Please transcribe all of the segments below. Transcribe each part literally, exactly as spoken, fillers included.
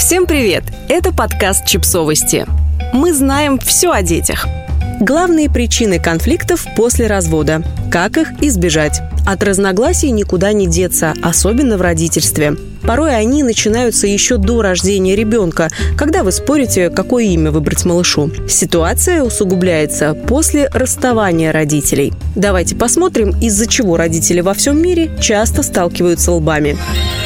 Всем привет! Это подкаст «Чипсовости». Мы знаем все о детях. Главные причины конфликтов после развода. Как их избежать? От разногласий никуда не деться, особенно в родительстве. Порой они начинаются еще до рождения ребенка, когда вы спорите, какое имя выбрать малышу. Ситуация усугубляется после расставания родителей. Давайте посмотрим, из-за чего родители во всем мире часто сталкиваются лбами.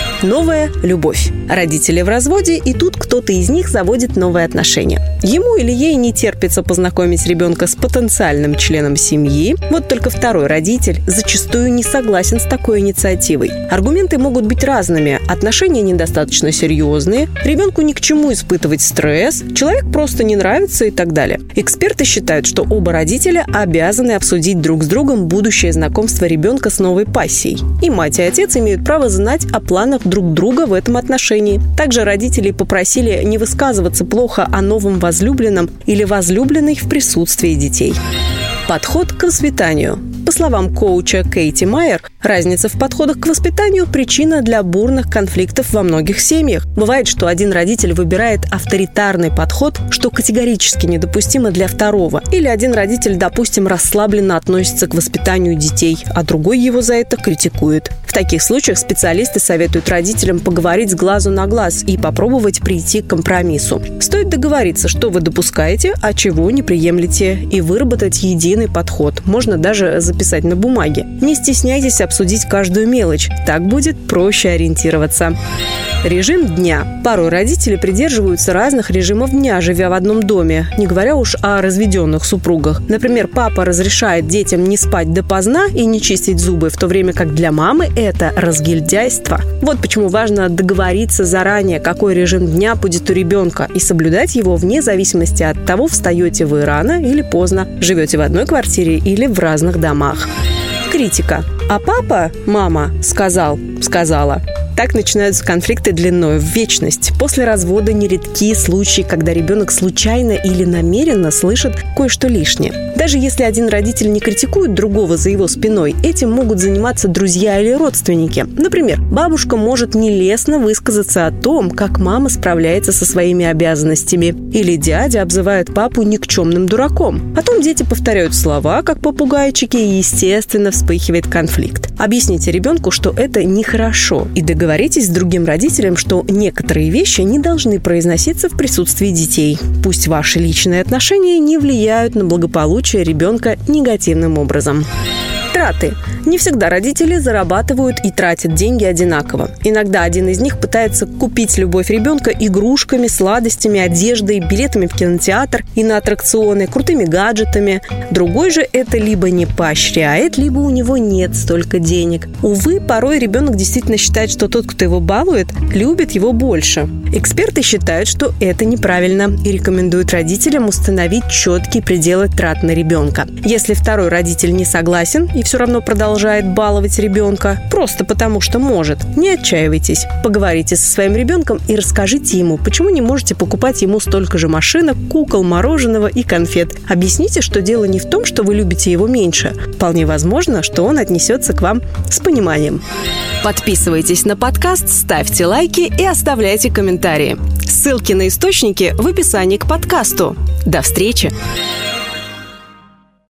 Новая любовь. Родители в разводе, и тут кто-то из них заводит новые отношения. Ему или ей не терпится познакомить ребенка с потенциальным членом семьи, вот только второй родитель зачастую не согласен с такой инициативой. Аргументы могут быть разными. Отношения недостаточно серьезные, ребенку ни к чему испытывать стресс, человек просто не нравится и так далее. Эксперты считают, что оба родителя обязаны обсудить друг с другом будущее знакомство ребенка с новой пассией. И мать, и отец имеют право знать о планах друг друга в этом отношении. Также родители попросили не высказываться плохо о новом возлюбленном или возлюбленной в присутствии детей. Подход к воспитанию. По словам коуча Кейти Майер, разница в подходах к воспитанию – причина для бурных конфликтов во многих семьях. Бывает, что один родитель выбирает авторитарный подход, что категорически недопустимо для второго. Или один родитель, допустим, расслабленно относится к воспитанию детей, а другой его за это критикует. В таких случаях специалисты советуют родителям поговорить с глазу на глаз и попробовать прийти к компромиссу. Стоит договориться, что вы допускаете, а чего не приемлете, и выработать единый подход. Можно даже записать на бумаге. Не стесняйтесь обсудить каждую мелочь. Так будет проще ориентироваться. Режим дня. Порой родители придерживаются разных режимов дня, живя в одном доме, не говоря уж о разведенных супругах. Например, папа разрешает детям не спать допоздна и не чистить зубы, в то время как для мамы это разгильдяйство. Вот почему важно договориться заранее, какой режим дня будет у ребенка, и соблюдать его вне зависимости от того, встаете вы рано или поздно, живете в одной квартире или в разных домах. Критика. А папа, мама, сказал, сказала. Так начинаются конфликты длиной в вечность. После развода нередки случаи, когда ребенок случайно или намеренно слышит кое-что лишнее. Даже если один родитель не критикует другого за его спиной, этим могут заниматься друзья или родственники. Например, бабушка может нелестно высказаться о том, как мама справляется со своими обязанностями. Или дядя обзывает папу никчемным дураком. Потом дети повторяют слова, как попугайчики, и, естественно, вспыхивает конфликт. Объясните ребенку, что это нехорошо, и договоритесь Говорите с другим родителем, что некоторые вещи не должны произноситься в присутствии детей. Пусть ваши личные отношения не влияют на благополучие ребенка негативным образом. Траты. Не всегда родители зарабатывают и тратят деньги одинаково. Иногда один из них пытается купить любовь ребенка игрушками, сладостями, одеждой, билетами в кинотеатр и на аттракционы, крутыми гаджетами. Другой же это либо не поощряет, либо у него нет столько денег. Увы, порой ребенок действительно считает, что тот, кто его балует, любит его больше. Эксперты считают, что это неправильно и рекомендуют родителям установить четкие пределы трат на ребенка. Если второй родитель не согласен и все равно продолжает баловать ребенка, просто потому что может, не отчаивайтесь. Поговорите со своим ребенком и расскажите ему, почему не можете покупать ему столько же машинок, кукол, мороженого и конфет. Объясните, что дело не в том, что вы любите его меньше. Вполне возможно, что он отнесется к вам с пониманием. Подписывайтесь на подкаст, ставьте лайки и оставляйте комментарии. Ссылки на источники в описании к подкасту. До встречи!